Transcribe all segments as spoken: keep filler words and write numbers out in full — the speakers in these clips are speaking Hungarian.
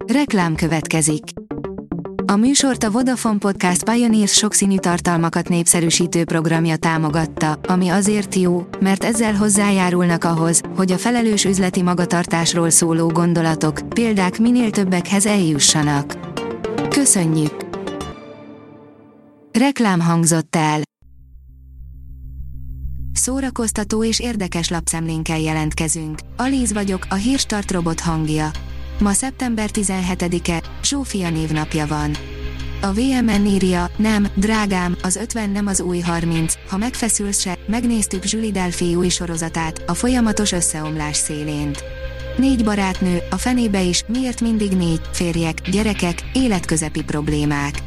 Reklám következik. A műsort a Vodafone Podcast Pioneers sokszínű tartalmakat népszerűsítő programja támogatta, ami azért jó, mert ezzel hozzájárulnak ahhoz, hogy a felelős üzleti magatartásról szóló gondolatok, példák minél többekhez eljussanak. Köszönjük! Reklám hangzott el. Szórakoztató és érdekes lapszemlénkkel jelentkezünk. Alíz vagyok, a Hírstart robot hangja. Ma szeptember tizenhetedike, Zsófia névnapja van. A vé em en írja, nem, drágám, az ötven nem az új harminc, ha megfeszülsz se, megnéztük Julie Delpy új sorozatát, a folyamatos összeomlás szélén. Négy barátnő, a fenébe is, miért mindig négy, férjek, gyerekek, életközepi problémák.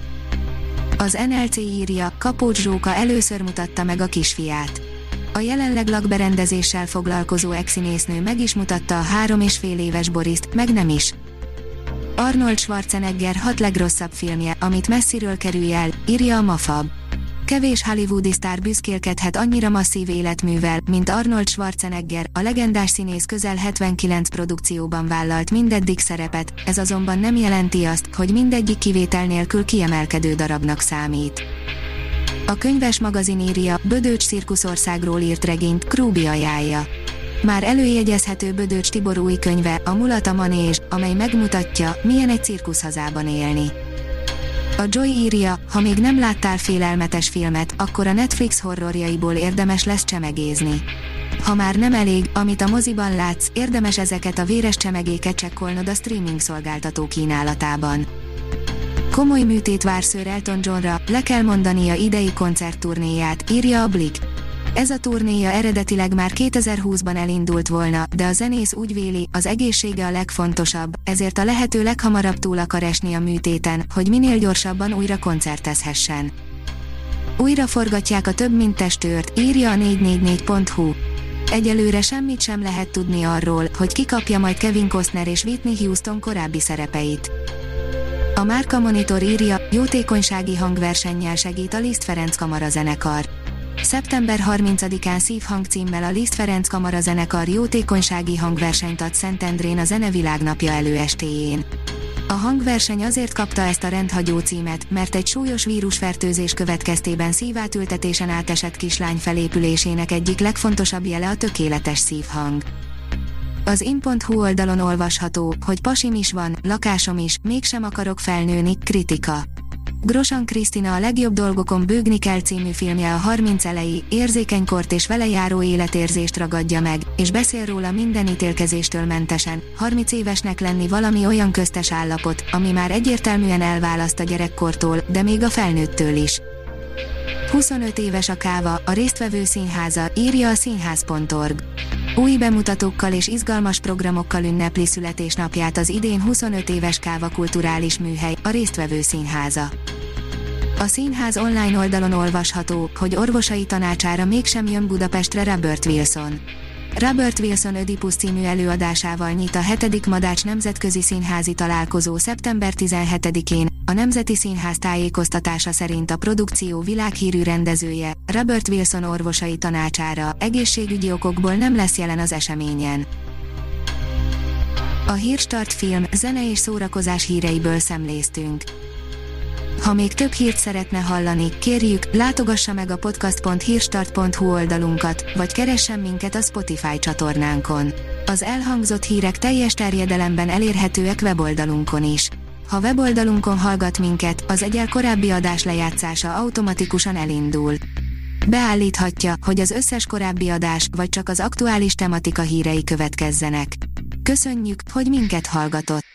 Az en el cé írja, Kapócs Zsóka először mutatta meg a kisfiát. A jelenleg lakberendezéssel foglalkozó ex-színésznő meg is mutatta a három és fél éves Boriszt, meg nem is. Arnold Schwarzenegger hat legrosszabb filmje, amit messziről kerülj el, írja a Mafab. Kevés hollywoodi sztár büszkélkedhet annyira masszív életművel, mint Arnold Schwarzenegger, a legendás színész közel hetvenkilenc produkcióban vállalt mindeddig szerepet, ez azonban nem jelenti azt, hogy mindegyik kivétel nélkül kiemelkedő darabnak számít. A könyves magazin írja, Bödöcs cirkuszországról írt regényt Krúbi ajánlja. Már előjegyezhető Bödöcs Tibor új könyve, a Mulat a manés, amely megmutatja, milyen egy cirkuszhazában élni. A Joy írja, ha még nem láttál félelmetes filmet, akkor a Netflix horrorjaiból érdemes lesz csemegézni. Ha már nem elég, amit a moziban látsz, érdemes ezeket a véres csemegéket csekkolnod a streaming szolgáltató kínálatában. Komoly műtét vár Sir Elton Johnra, le kell mondania idei koncertturnéját, írja a Blick. Ez a turnéja eredetileg már kétezer-húszban elindult volna, de a zenész úgy véli, az egészsége a legfontosabb, ezért a lehető leghamarabb túl akar esni a műtéten, hogy minél gyorsabban újra koncertezhessen. Újra forgatják a Több mint testőrt, írja a négy négy négy pont hu. Egyelőre semmit sem lehet tudni arról, hogy ki kapja majd Kevin Costner és Whitney Houston korábbi szerepeit. A Márka Monitor írja, jótékonysági hangversennyel segít a Liszt Ferenc kamarazenekar. szeptember harmincadikán Szívhang címmel a Liszt Ferenc kamarazenekar jótékonysági hangversenyt ad Szentendrén a Zene Világnapja előestéjén. A hangverseny azért kapta ezt a rendhagyó címet, mert egy súlyos vírusfertőzés következtében szívátültetésen átesett kislány felépülésének egyik legfontosabb jele a tökéletes szívhang. Az in pont hu oldalon olvasható, hogy pasim is van, lakásom is, mégsem akarok felnőni, kritika. Grosan Krisztina a Legjobb dolgokon bőgni kell című filmje a harminc elejé, érzékenykort és vele járó életérzést ragadja meg, és beszél róla minden ítélkezéstől mentesen. harminc évesnek lenni valami olyan köztes állapot, ami már egyértelműen elválaszt a gyerekkortól, de még a felnőttől is. huszonöt éves a káva, a résztvevő színháza, írja a színház pont org. Új bemutatókkal és izgalmas programokkal ünnepli születésnapját az idén huszonöt éves Káva kulturális műhely, a résztvevő színháza. A színház online oldalon olvasható, hogy orvosai tanácsára mégsem jön Budapestre Robert Wilson. Robert Wilson Ödipus című előadásával nyit a hetedik Madács Nemzetközi Színházi Találkozó szeptember tizenhetedikén, a Nemzeti Színház tájékoztatása szerint a produkció világhírű rendezője, Robert Wilson orvosai tanácsára, egészségügyi okokból nem lesz jelen az eseményen. A Hírstart film, zene és szórakozás híreiből szemléztünk. Ha még több hírt szeretne hallani, kérjük, látogassa meg a podcast pont hírstart pont hu oldalunkat, vagy keressen minket a Spotify csatornánkon. Az elhangzott hírek teljes terjedelemben elérhetőek weboldalunkon is. Ha weboldalunkon hallgat minket, az egyel korábbi adás lejátszása automatikusan elindul. Beállíthatja, hogy az összes korábbi adás, vagy csak az aktuális tematika hírei következzenek. Köszönjük, hogy minket hallgatott!